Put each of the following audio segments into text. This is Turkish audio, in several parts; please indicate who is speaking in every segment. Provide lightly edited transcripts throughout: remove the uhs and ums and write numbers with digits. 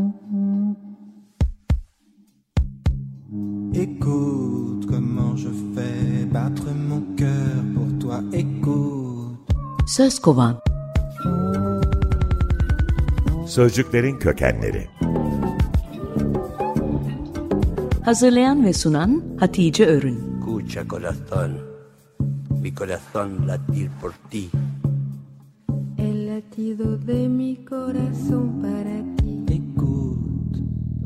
Speaker 1: Écoute comment je fais battre mon cœur pour toi, écoute.
Speaker 2: Söz kovan.
Speaker 3: Sözcüklerin kökenleri.
Speaker 2: Hazırlayan ve sunan Hatice Örün.
Speaker 4: Escucha corazón, mi corazón latir por ti.
Speaker 5: El latido de mi corazón para ti.
Speaker 1: Écoute.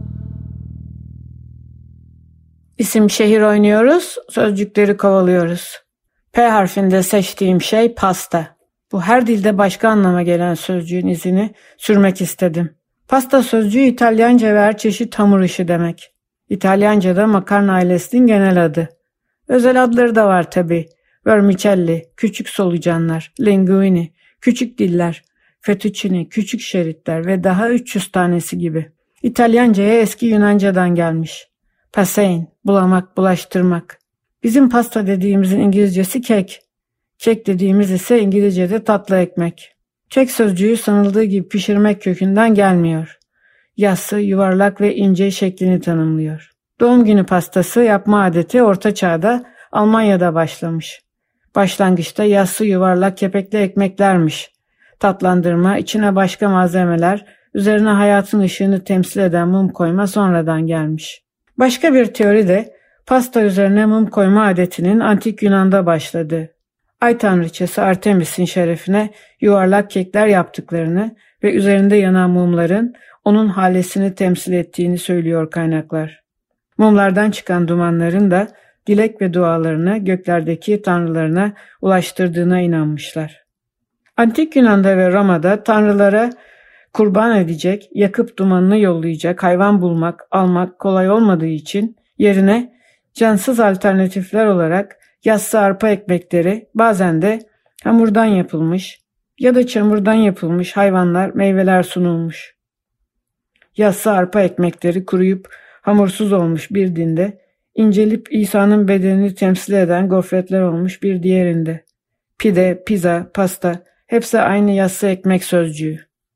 Speaker 6: İsim şehir oynuyoruz, sözcükleri kovalıyoruz. P harfinde seçtiğim şey pasta. Bu her dilde başka anlama gelen sözcüğün izini sürmek istedim. Pasta sözcüğü İtalyanca ve her çeşit hamur işi demek. İtalyanca'da makarna ailesinin genel adı. Özel adları da var tabii. Vermicelli, küçük solucanlar, linguini, küçük diller, fettuccine, küçük şeritler ve daha 300 tanesi gibi. İtalyanca'ya eski Yunanca'dan gelmiş. Passein, bulamak, bulaştırmak. Bizim pasta dediğimizin İngilizcesi kek. Kek dediğimiz ise İngilizce'de tatlı ekmek. Kek sözcüğü sanıldığı gibi pişirmek kökünden gelmiyor. Yassı, yuvarlak ve ince şeklini tanımlıyor. Doğum günü pastası yapma adeti Orta Çağ'da Almanya'da başlamış. Başlangıçta yassı yuvarlak kepekli ekmeklermiş. Tatlandırma, içine başka malzemeler, üzerine hayatın ışığını temsil eden mum koyma sonradan gelmiş. Başka bir teori de pasta üzerine mum koyma adetinin antik Yunan'da başladığı. Ay tanrıçası Artemis'in şerefine yuvarlak kekler yaptıklarını ve üzerinde yanan mumların onun halesini temsil ettiğini söylüyor kaynaklar. Mumlardan çıkan dumanların da dilek ve dualarını göklerdeki tanrılarına ulaştırdığına inanmışlar. Antik Yunan'da ve Roma'da tanrılara kurban edecek, yakıp dumanını yollayacak hayvan bulmak, almak kolay olmadığı için yerine cansız alternatifler olarak yassı arpa ekmekleri, bazen de hamurdan yapılmış ya da çamurdan yapılmış hayvanlar, meyveler sunulmuş. Yassı arpa ekmekleri kuruyup hamursuz olmuş bir dinde, incelip İsa'nın bedenini temsil eden gofretler olmuş bir diğerinde. Pide, pizza, pasta hepsi aynı yassı ekmek sözcüğü.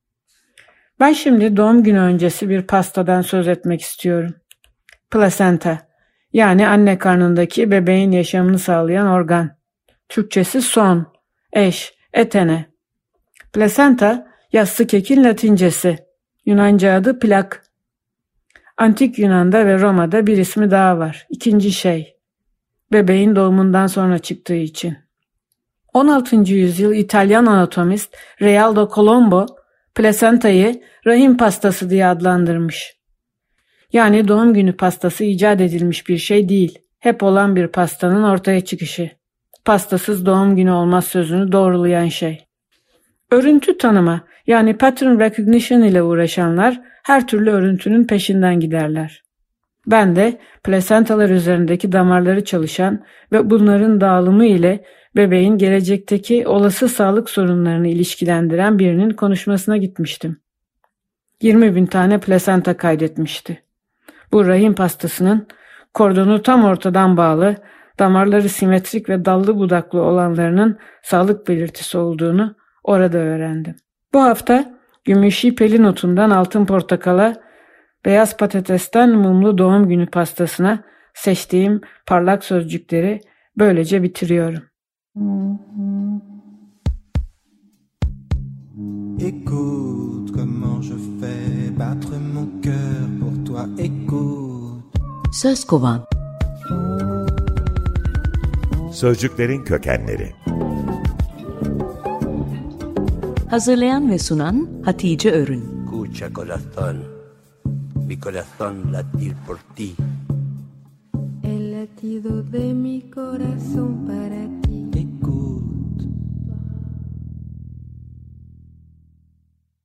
Speaker 6: Ben şimdi doğum günü öncesi bir pastadan söz etmek istiyorum. Plasenta, yani anne karnındaki bebeğin yaşamını sağlayan organ. Türkçesi son, eş, etene. Plasenta, yassı kekin Latincesi. Yunanca adı plak. Antik Yunan'da ve Roma'da bir ismi daha var. İkinci şey. Bebeğin doğumundan sonra çıktığı için. 16. yüzyıl İtalyan anatomist Realdo Colombo, plasentayı rahim pastası diye adlandırmış. Yani doğum günü pastası icat edilmiş bir şey değil, hep olan bir pastanın ortaya çıkışı. Pastasız doğum günü olmaz sözünü doğrulayan şey. Örüntü tanıma, yani pattern recognition ile uğraşanlar her türlü örüntünün peşinden giderler. Ben de plasentalar üzerindeki damarları çalışan ve bunların dağılımı ile bebeğin gelecekteki olası sağlık sorunlarını ilişkilendiren birinin konuşmasına gitmiştim. 20.000 tane plasenta kaydetmişti. Bu rahim pastasının kordonu tam ortadan bağlı, damarları simetrik ve dallı budaklı olanlarının sağlık belirtisi olduğunu orada öğrendim. Bu hafta gümüşi pelin otundan altın portakala, beyaz patatesten mumlu doğum günü pastasına seçtiğim parlak sözcükleri böylece bitiriyorum.
Speaker 1: Écoute comment je fais battre mon cœur pour toi, écoute.
Speaker 2: Söz kovan.
Speaker 3: Sözcüklerin kökenleri.
Speaker 2: Hazırlayan ve sunan Hatice Örün.
Speaker 4: Escucha corazón, mi corazón latir por ti.
Speaker 5: El latido de mi corazón para ti.